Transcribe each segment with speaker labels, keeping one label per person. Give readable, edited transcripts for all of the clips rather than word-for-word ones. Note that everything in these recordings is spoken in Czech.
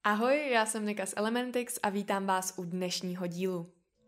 Speaker 1: Ahoj, já jsem Nika z Elementix a vítám vás u dnešního dílu.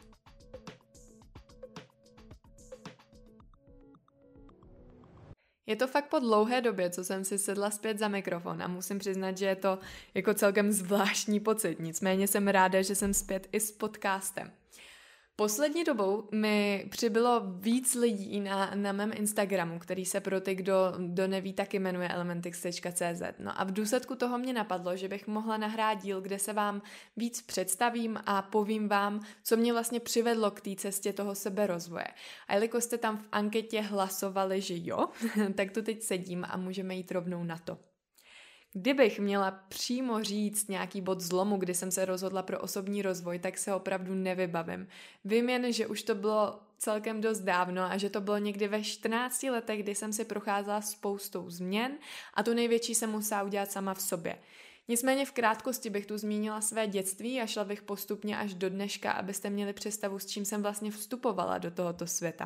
Speaker 1: Je to fakt po dlouhé době, co jsem si sedla zpět za mikrofon a musím přiznat, že je to jako celkem zvláštní pocit, nicméně jsem ráda, že jsem zpět i s podcastem. Poslední dobou mi přibylo víc lidí na mém Instagramu, který se pro ty, kdo neví, taky jmenuje elementix.cz. No a v důsledku toho mě napadlo, že bych mohla nahrát díl, kde se vám víc představím a povím vám, co mě vlastně přivedlo k té cestě toho seberozvoje. A jelikož jste tam v anketě hlasovali, že jo, tak tu teď sedím a můžeme jít rovnou na to. Kdybych měla přímo říct nějaký bod zlomu, kdy jsem se rozhodla pro osobní rozvoj, tak se opravdu nevybavím. Vím jen, že už to bylo celkem dost dávno a že to bylo někdy ve 14 letech, kdy jsem si procházela spoustou změn a tu největší jsem musela udělat sama v sobě. Nicméně v krátkosti bych tu zmínila své dětství a šla bych postupně až do dneška, abyste měli představu, s čím jsem vlastně vstupovala do tohoto světa.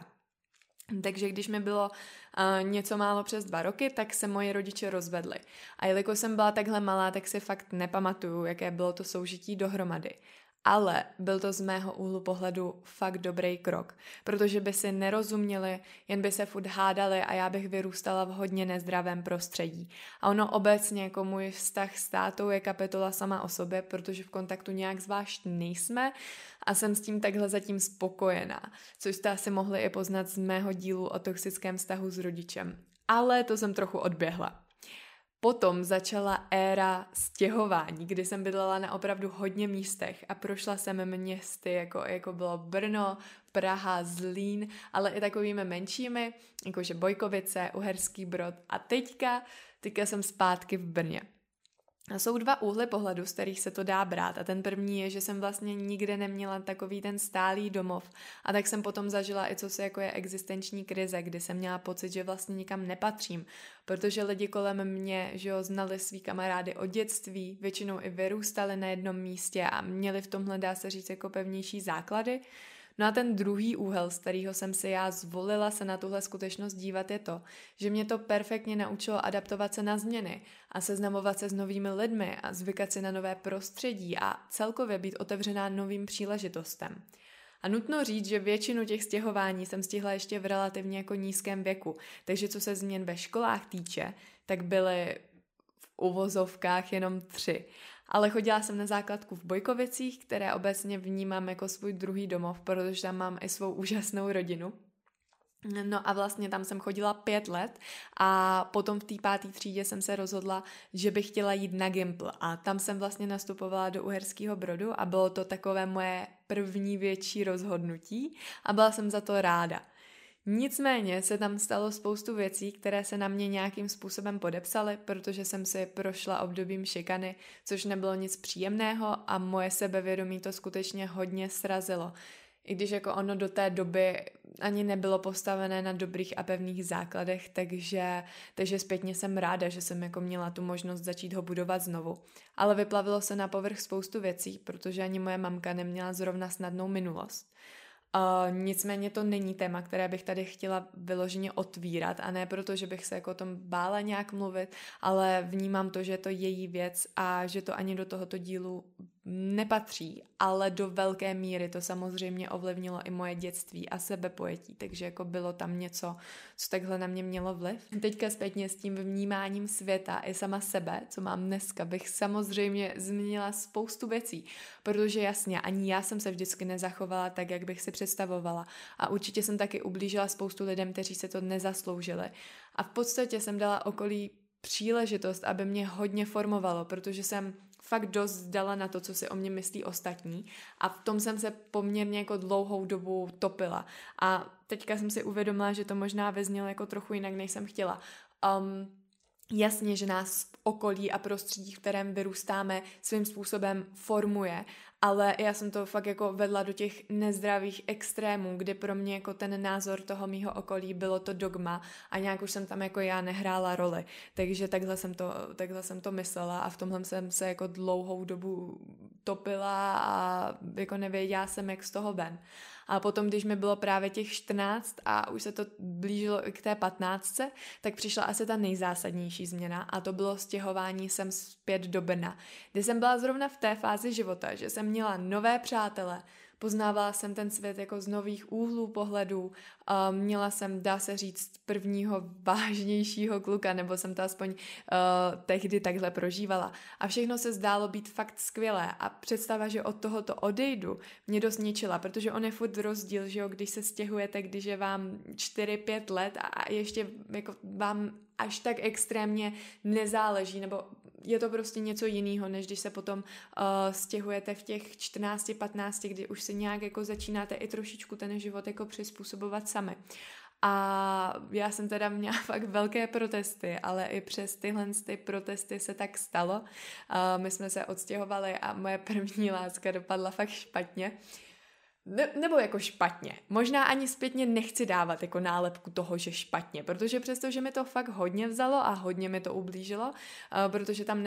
Speaker 1: Takže když mi bylo něco málo přes 2 roky, tak se moji rodiče rozvedli. A jelikož jsem byla takhle malá, tak si fakt nepamatuju, jaké bylo to soužití dohromady. Ale byl to z mého úhlu pohledu fakt dobrý krok, protože by si nerozuměli, jen by se furt hádali a já bych vyrůstala v hodně nezdravém prostředí. A ono obecně jako můj vztah s tátou je kapitola sama o sobě, protože v kontaktu nějak zvlášť nejsme a jsem s tím takhle zatím spokojená, což jste asi mohli i poznat z mého dílu o toxickém vztahu s rodičem. Ale to jsem trochu odběhla. Potom začala éra stěhování, kdy jsem bydlela na opravdu hodně místech a prošla jsem městy, jako bylo Brno, Praha, Zlín, ale i takovými menšími, jakože Bojkovice, Uherský Brod a teďka jsem zpátky v Brně. A jsou 2 úhly pohledu, z kterých se to dá brát a ten první je, že jsem vlastně nikde neměla takový ten stálý domov a tak jsem potom zažila i cosi jako je existenční krize, kdy jsem měla pocit, že vlastně nikam nepatřím, protože lidi kolem mě, že jo, znali svý kamarády od dětství, většinou i vyrůstali na jednom místě a měli v tomhle, dá se říct, jako pevnější základy. No a ten druhý úhel, z kterého jsem si já zvolila se na tuhle skutečnost dívat, je to, že mě to perfektně naučilo adaptovat se na změny a seznamovat se s novými lidmi a zvykat si na nové prostředí a celkově být otevřená novým příležitostem. A nutno říct, že většinu těch stěhování jsem stihla ještě v relativně jako nízkém věku, takže co se změn ve školách týče, tak byly v uvozovkách jenom 3. Ale chodila jsem na základku v Bojkovicích, které obecně vnímám jako svůj druhý domov, protože tam mám i svou úžasnou rodinu. No a vlastně tam jsem chodila 5 let a potom v té 5. třídě jsem se rozhodla, že bych chtěla jít na Gimpl a tam jsem vlastně nastupovala do Uherského Brodu a bylo to takové moje první větší rozhodnutí a byla jsem za to ráda. Nicméně se tam stalo spoustu věcí, které se na mě nějakým způsobem podepsaly, protože jsem si prošla obdobím šikany, což nebylo nic příjemného a moje sebevědomí to skutečně hodně srazilo. I když jako ono do té doby ani nebylo postavené na dobrých a pevných základech, takže zpětně jsem ráda, že jsem jako měla tu možnost začít ho budovat znovu. Ale vyplavilo se na povrch spoustu věcí, protože ani moje mamka neměla zrovna snadnou minulost. Nicméně to není téma, které bych tady chtěla vyloženě otvírat a ne proto, že bych se jako o tom bála nějak mluvit, ale vnímám to, že je to její věc a že to ani do tohoto dílu nepatří, ale do velké míry to samozřejmě ovlivnilo i moje dětství a sebepojetí, takže jako bylo tam něco, co takhle na mě mělo vliv. Teďka zpětně s tím vnímáním světa i sama sebe, co mám dneska, bych samozřejmě změnila spoustu věcí, protože jasně, ani já jsem se vždycky nezachovala tak, jak bych si představovala a určitě jsem taky ublížila spoustu lidem, kteří se to nezasloužili. A v podstatě jsem dala okolí příležitost, aby mě hodně formovalo, protože jsem fakt dost dala na to, co si o mě myslí ostatní a v tom jsem se poměrně jako dlouhou dobu topila. A teďka jsem si uvědomila, že to možná vyznělo jako trochu jinak, než jsem chtěla. Jasně, že nás okolí a prostředí, v kterém vyrůstáme, svým způsobem formuje, ale já jsem to fakt jako vedla do těch nezdravých extrémů, kdy pro mě jako ten názor toho mýho okolí bylo to dogma a nějak už jsem tam jako já nehrála roli. Takže takhle jsem to myslela a v tomhle jsem se jako dlouhou dobu topila a jako nevěděla jsem, jak z toho ven. A potom, když mi bylo právě těch 14 a už se to blížilo i k té 15, tak přišla asi ta nejzásadnější změna a to bylo stěhování sem zpět do Brna, kde jsem byla zrovna v té fázi života, že jsem měla nové přátele, poznávala jsem ten svět jako z nových úhlů pohledů, měla jsem, dá se říct, prvního vážnějšího kluka, nebo jsem to aspoň tehdy takhle prožívala. A všechno se zdálo být fakt skvělé a představa, že od tohoto odejdu, mě dost ničila, protože on je furt rozdíl, že jo, když se stěhujete, když je vám 4-5 let a ještě jako vám až tak extrémně nezáleží, nebo je to prostě něco jiného, než když se potom stěhujete v těch 14-15, kdy už si nějak jako začínáte i trošičku ten život jako přizpůsobovat sami. A já jsem teda měla fakt velké protesty, ale i přes tyhle protesty se tak stalo. My jsme se odstěhovali a moje první láska dopadla fakt špatně. Nebo jako špatně. Možná ani zpětně nechci dávat jako nálepku toho, že špatně, protože přesto, že mi to fakt hodně vzalo a hodně mi to ublížilo, protože tam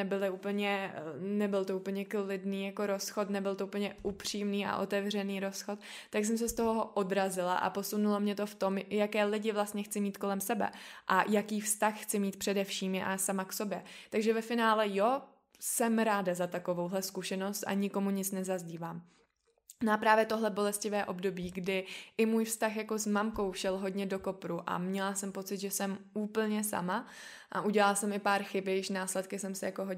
Speaker 1: nebyl to úplně klidný jako rozchod, nebyl to úplně upřímný a otevřený rozchod, tak jsem se z toho odrazila a posunulo mě to v tom, jaké lidi vlastně chci mít kolem sebe a jaký vztah chci mít především já sama k sobě. Takže ve finále jo, jsem ráda za takovouhle zkušenost a nikomu nic nezazdívám. No a právě tohle bolestivé období, kdy i můj vztah jako s mamkou šel hodně do kopru a měla jsem pocit, že jsem úplně sama a udělala jsem i pár chyb, jejichž následky jsem se jako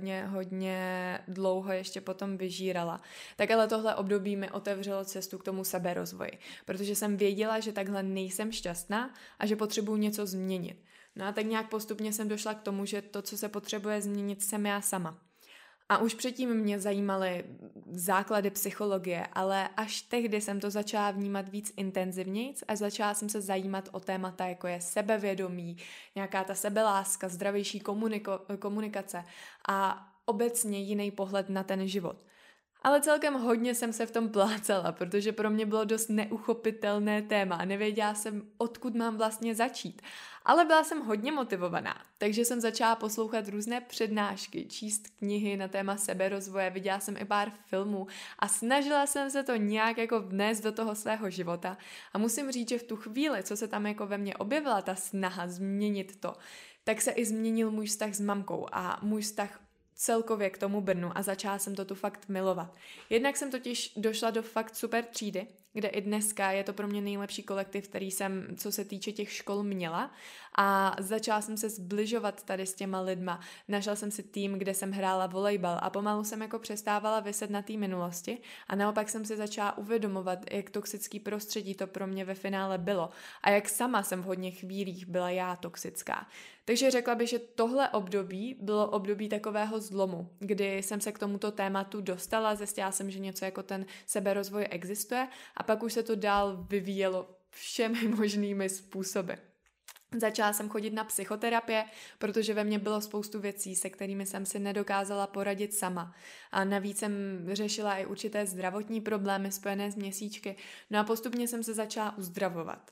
Speaker 1: hodně dlouho ještě potom vyžírala. Tak ale tohle období mi otevřelo cestu k tomu seberozvoji, protože jsem věděla, že takhle nejsem šťastná a že potřebuju něco změnit. No a tak nějak postupně jsem došla k tomu, že to, co se potřebuje změnit, jsem já sama. A už předtím mě zajímaly základy psychologie, ale až tehdy jsem to začala vnímat víc intenzivnějc a začala jsem se zajímat o témata, jako je sebevědomí, nějaká ta sebeláska, zdravější komunikace a obecně jiný pohled na ten život. Ale celkem hodně jsem se v tom plácala, protože pro mě bylo dost neuchopitelné téma a nevěděla jsem, odkud mám vlastně začít. Ale byla jsem hodně motivovaná, takže jsem začala poslouchat různé přednášky, číst knihy na téma seberozvoje, viděla jsem i pár filmů a snažila jsem se to nějak jako vnést do toho svého života. A musím říct, že v tu chvíli, co se tam jako ve mně objevila ta snaha změnit to, tak se i změnil můj vztah s mamkou a můj vztah celkově k tomu Brnu a začala jsem to tu fakt milovat. Jednak jsem totiž došla do fakt super třídy, kde i dneska je to pro mě nejlepší kolektiv, který jsem, co se týče těch škol, měla a začala jsem se zbližovat tady s těma lidma. Našla jsem si tým, kde jsem hrála volejbal a pomalu jsem jako přestávala viset na té minulosti a naopak jsem si začala uvědomovat, jak toxický prostředí to pro mě ve finále bylo a jak sama jsem v hodně chvílích byla já toxická. Takže řekla bych, že tohle období bylo období takového zlomu, kdy jsem se k tomuto tématu dostala, zjistila jsem, že něco jako ten seberozvoj existuje a pak už se to dál vyvíjelo všemi možnými způsoby. Začala jsem chodit na psychoterapie, protože ve mně bylo spoustu věcí, se kterými jsem si nedokázala poradit sama. A navíc jsem řešila i určité zdravotní problémy spojené s měsíčky, no a postupně jsem se začala uzdravovat.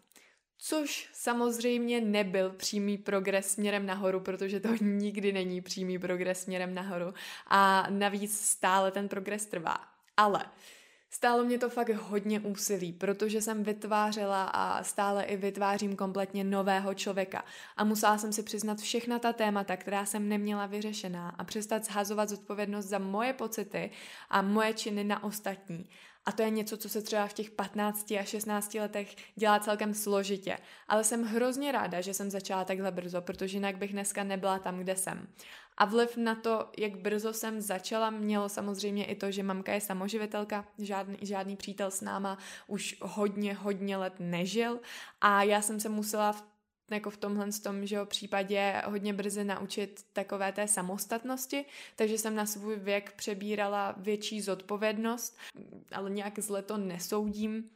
Speaker 1: Což samozřejmě nebyl přímý progres směrem nahoru, protože to nikdy není přímý progres směrem nahoru a navíc stále ten progres trvá. Ale stálo mě to fakt hodně úsilí, protože jsem vytvářela a stále i vytvářím kompletně nového člověka a musela jsem si přiznat všechna ta témata, která jsem neměla vyřešená a přestat shazovat zodpovědnost za moje pocity a moje činy na ostatní. A to je něco, co se třeba v těch 15 a 16 letech dělá celkem složitě. Ale jsem hrozně ráda, že jsem začala takhle brzo, protože jinak bych dneska nebyla tam, kde jsem. A vliv na to, jak brzo jsem začala, mělo samozřejmě i to, že mamka je samoživitelka, žádný přítel s náma už hodně let nežil a já jsem se musela jako v tomhle případě hodně brzy naučit takové té samostatnosti, takže jsem na svůj věk přebírala větší zodpovědnost, ale nějak zle to nesoudím,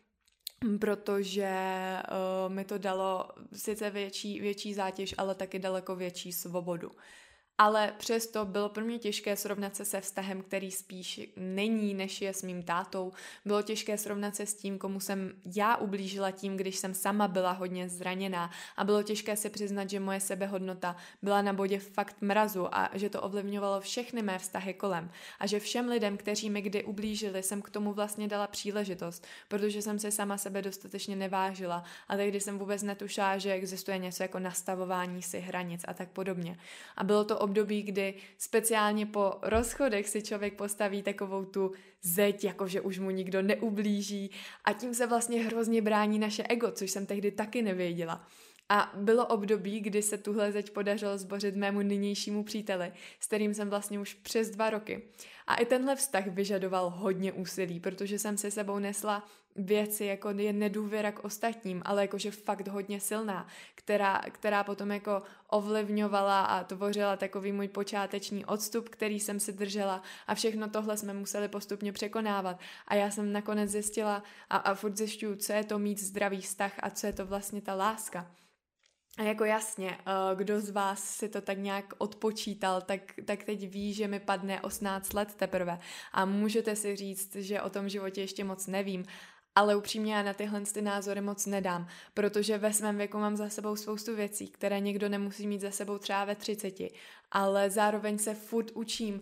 Speaker 1: protože mi to dalo sice větší zátěž, ale taky daleko větší svobodu. Ale přesto bylo pro mě těžké srovnat se vztahem, který spíš není, než je s mým tátou. Bylo těžké srovnat se s tím, komu jsem já ublížila tím, když jsem sama byla hodně zraněná. A bylo těžké si přiznat, že moje sebehodnota byla na bodě fakt mrazu a že to ovlivňovalo všechny mé vztahy kolem. A že všem lidem, kteří mi kdy ublížili, jsem k tomu vlastně dala příležitost, protože jsem si sama sebe dostatečně nevážila a tehdy jsem vůbec netušila, že existuje něco jako nastavování si hranic a tak podobně. A bylo to období, kdy speciálně po rozchodech si člověk postaví takovou tu zeď, jakože už mu nikdo neublíží a tím se vlastně hrozně brání naše ego, což jsem tehdy taky nevěděla. A bylo období, kdy se tuhle zeď podařilo zbořit mému nynějšímu příteli, s kterým jsem vlastně už přes 2 roky. A i tenhle vztah vyžadoval hodně úsilí, protože jsem si sebou nesla věci, jako je nedůvěra k ostatním, ale jakože fakt hodně silná, která potom jako ovlivňovala a tvořila takový můj počáteční odstup, který jsem si držela a všechno tohle jsme museli postupně překonávat. A já jsem nakonec zjistila a furt zjišťuju, co je to mít zdravý vztah a co je to vlastně ta láska. A jako jasně, kdo z vás si to tak nějak odpočítal, tak teď ví, že mi padne 18 let teprve a můžete si říct, že o tom životě ještě moc nevím, ale upřímně já na tyhle názory moc nedám, protože ve svém věku mám za sebou spoustu věcí, které někdo nemusí mít za sebou třeba ve 30, ale zároveň se furt učím,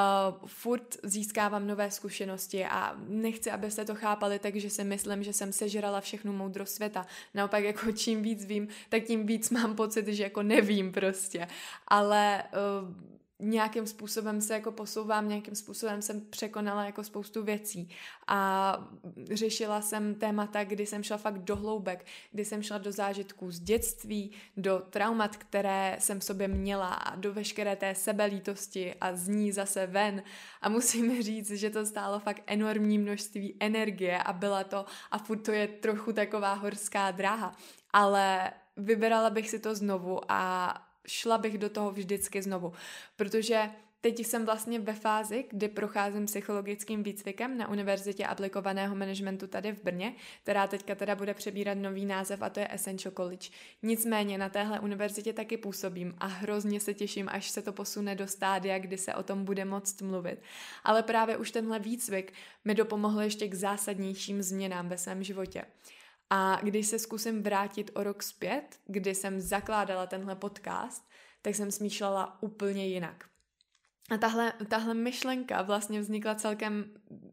Speaker 1: furt získávám nové zkušenosti a nechci, abyste to chápali, takže si myslím, že jsem sežrala všechnu moudrost světa. Naopak jako čím víc vím, tak tím víc mám pocit, že jako nevím prostě, ale nějakým způsobem se jako posouvám, nějakým způsobem jsem překonala jako spoustu věcí a řešila jsem témata, kdy jsem šla fakt do hloubek, kdy jsem šla do zážitků z dětství, do traumat, které jsem v sobě měla a do veškeré té sebelítosti a z ní zase ven a musím říct, že to stálo fakt enormní množství energie a byla to a furt to je trochu taková horská dráha, ale vyberala bych si to znovu a šla bych do toho vždycky znovu, protože teď jsem vlastně ve fázi, kdy procházím psychologickým výcvikem na Univerzitě aplikovaného managementu tady v Brně, která teďka teda bude přebírat nový název a to je Essential College. Nicméně na téhle univerzitě taky působím a hrozně se těším, až se to posune do stádia, kdy se o tom bude moct mluvit. Ale právě už tenhle výcvik mi dopomohl ještě k zásadnějším změnám ve svém životě. A když se zkusím vrátit o rok zpět, kdy jsem zakládala tenhle podcast, tak jsem smýšlela úplně jinak. A tahle myšlenka vlastně vznikla celkem,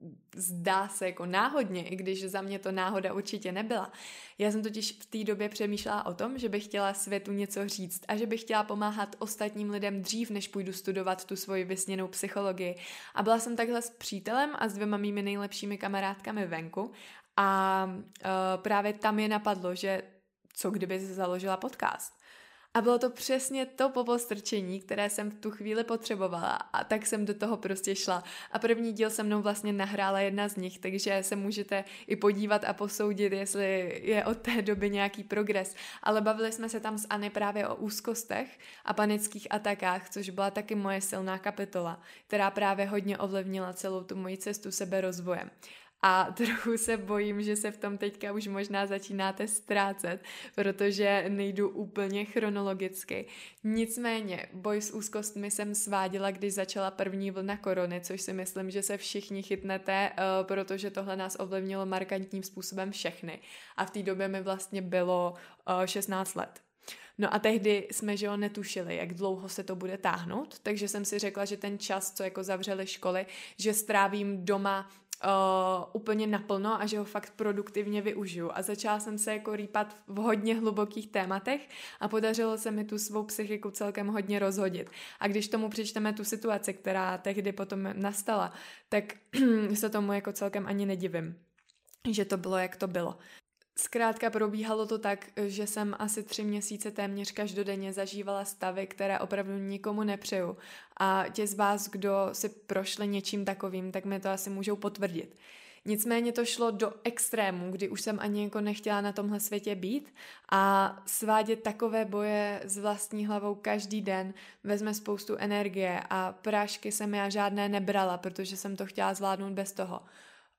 Speaker 1: zdá se, jako náhodně, i když za mě to náhoda určitě nebyla. Já jsem totiž v té době přemýšlela o tom, že bych chtěla světu něco říct a že bych chtěla pomáhat ostatním lidem dřív, než půjdu studovat tu svoji vysněnou psychologii. A byla jsem takhle s přítelem a s 2 mými nejlepšími kamarádkami venku a právě tam je napadlo, že co kdyby se založila podcast. A bylo to přesně to popostrčení, které jsem v tu chvíli potřebovala a tak jsem do toho prostě šla. A první díl se mnou vlastně nahrála jedna z nich, takže se můžete i podívat a posoudit, jestli je od té doby nějaký progres. Ale bavili jsme se tam s Anny právě o úzkostech a panických atakách, což byla taky moje silná kapitola, která právě hodně ovlivnila celou tu moji cestu seberozvojem. A trochu se bojím, že se v tom teďka už možná začínáte ztrácet, protože nejdu úplně chronologicky. Nicméně, boj s úzkostmi jsem sváděla, když začala první vlna korony, což si myslím, že se všichni chytnete, protože tohle nás ovlivnilo markantním způsobem všechny. A v té době mi vlastně bylo 16 let. No a tehdy jsme, že netušili, jak dlouho se to bude táhnout, takže jsem si řekla, že ten čas, co jako zavřely školy, že strávím doma úplně naplno a že ho fakt produktivně využiju. A začala jsem se jako rýpat v hodně hlubokých tématech a podařilo se mi tu svou psychiku celkem hodně rozhodit. A když tomu přičteme tu situaci, která tehdy potom nastala, tak se tomu jako celkem ani nedivím, že to bylo, jak to bylo. Zkrátka probíhalo to tak, že jsem asi 3 měsíce téměř každodenně zažívala stavy, které opravdu nikomu nepřeju. A ti z vás, kdo si prošli něčím takovým, tak mi to asi můžou potvrdit. Nicméně to šlo do extrému, kdy už jsem ani jako nechtěla na tomhle světě být a svádět takové boje s vlastní hlavou každý den vezme spoustu energie a prášky jsem já žádné nebrala, protože jsem to chtěla zvládnout bez toho.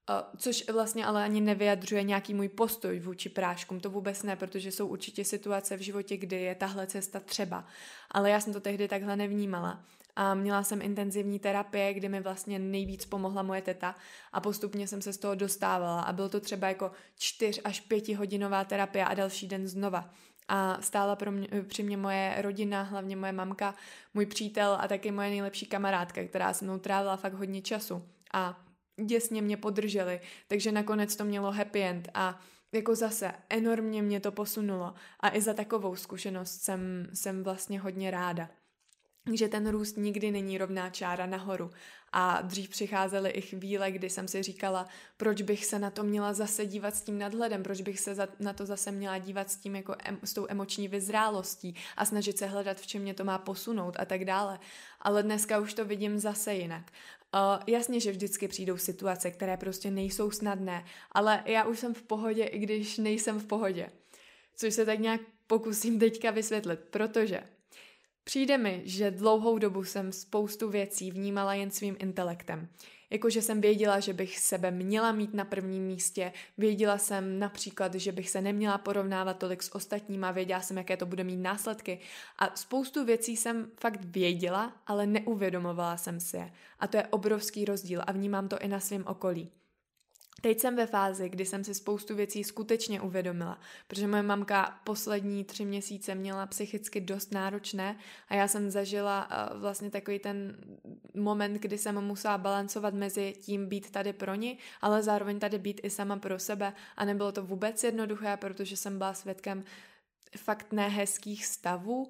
Speaker 1: což vlastně ale ani nevyjadřuje nějaký můj postoj vůči práškům, to vůbec ne, protože jsou určitě situace v životě, kdy je tahle cesta třeba, ale já jsem to tehdy takhle nevnímala. A měla jsem intenzivní terapie, kdy mi vlastně nejvíc pomohla moje teta a postupně jsem se z toho dostávala a bylo to třeba jako 4 až 5 hodinová terapie a další den znova. A stála při mě moje rodina, hlavně moje mamka, můj přítel a taky moje nejlepší kamarádka, která se mnou trávila fakt hodně času a děsně mě podrželi, takže nakonec to mělo happy end a jako zase enormně mě to posunulo a i za takovou zkušenost jsem vlastně hodně ráda. Že ten růst nikdy není rovná čára nahoru a dřív přicházely i chvíle, kdy jsem si říkala, proč bych se na to měla zase dívat s tím nadhledem, proč bych se na to zase měla dívat s tím jako s tou emoční vyzrálostí a snažit se hledat, v čem mě to má posunout a tak dále. Ale dneska už to vidím zase jinak. Jasně, že vždycky přijdou situace, které prostě nejsou snadné, ale já už jsem v pohodě, i když nejsem v pohodě. Což se tak nějak pokusím teďka vysvětlit, protože přijde mi, že dlouhou dobu jsem spoustu věcí vnímala jen svým intelektem. Jakože jsem věděla, že bych sebe měla mít na prvním místě, věděla jsem například, že bych se neměla porovnávat tolik s ostatníma, věděla jsem, jaké to bude mít následky a spoustu věcí jsem fakt věděla, ale neuvědomovala jsem si je. A to je obrovský rozdíl a vnímám to i na svém okolí. Teď jsem ve fázi, kdy jsem si spoustu věcí skutečně uvědomila, protože moje mamka poslední 3 měsíce měla psychicky dost náročné a já jsem zažila vlastně takový ten moment, kdy jsem musela balancovat mezi tím být tady pro ní, ale zároveň tady být i sama pro sebe a nebylo to vůbec jednoduché, protože jsem byla svědkem fakt nehezkých stavů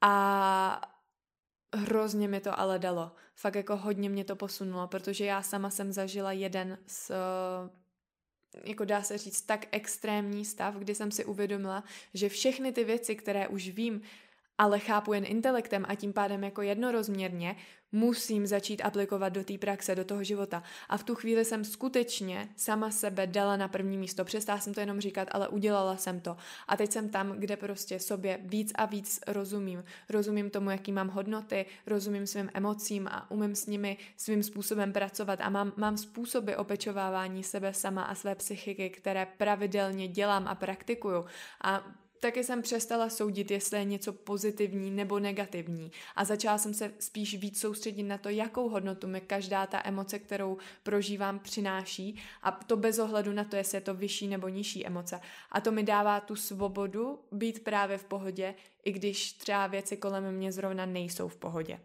Speaker 1: a hrozně mi to ale dalo. Fakt jako hodně mě to posunulo, protože já sama jsem zažila jeden z, jako dá se říct, tak extrémní stav, kdy jsem si uvědomila, že všechny ty věci, které už vím, ale chápu jen intelektem a tím pádem jako jednorozměrně, musím začít aplikovat do té praxe, do toho života. A v tu chvíli jsem skutečně sama sebe dala na první místo. Přestala jsem to jenom říkat, ale udělala jsem to. A teď jsem tam, kde prostě sobě víc a víc rozumím. Rozumím tomu, jaký mám hodnoty, rozumím svým emocím a umím s nimi svým způsobem pracovat. A mám způsoby opečovávání sebe sama a své psychiky, které pravidelně dělám a praktikuju. A taky jsem přestala soudit, jestli je něco pozitivní nebo negativní a začala jsem se spíš víc soustředit na to, jakou hodnotu mi každá ta emoce, kterou prožívám, přináší a to bez ohledu na to, jestli je to vyšší nebo nižší emoce. A to mi dává tu svobodu být právě v pohodě, i když třeba věci kolem mě zrovna nejsou v pohodě.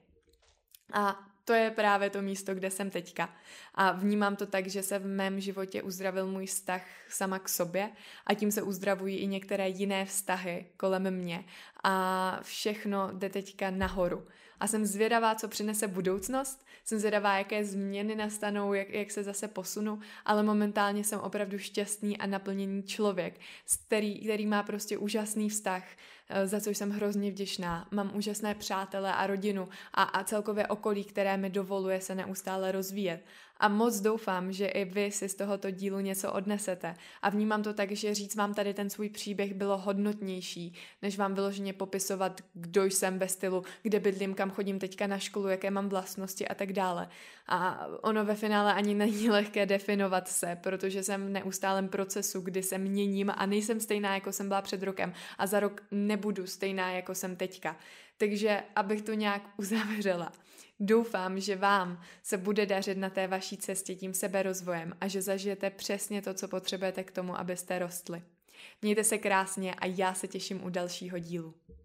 Speaker 1: A to je právě to místo, kde jsem teďka. A vnímám to tak, že se v mém životě uzdravil můj vztah sama k sobě a tím se uzdravují i některé jiné vztahy kolem mě. A všechno jde teďka nahoru. A jsem zvědavá, co přinese budoucnost, jsem zvědavá, jaké změny nastanou, jak se zase posunu, ale momentálně jsem opravdu šťastný a naplněný člověk, který má prostě úžasný vztah, za což jsem hrozně vděčná. Mám úžasné přátele a rodinu a celkově okolí, které mi dovoluje se neustále rozvíjet. A moc doufám, že i vy si z tohoto dílu něco odnesete. A vnímám to tak, že říct vám tady ten svůj příběh bylo hodnotnější, než vám vyloženě popisovat, kdo jsem ve stylu, kde bydlím, kam chodím teďka na školu, jaké mám vlastnosti a tak dále. A ono ve finále ani není lehké definovat se, protože jsem v neustálém procesu, kdy se měním a nejsem stejná, jako jsem byla před rokem. A za rok nebudu stejná, jako jsem teďka. Takže abych to nějak uzavřela. Doufám, že vám se bude dařit na té vaší cestě tím seberozvojem a že zažijete přesně to, co potřebujete k tomu, abyste rostli. Mějte se krásně a já se těším u dalšího dílu.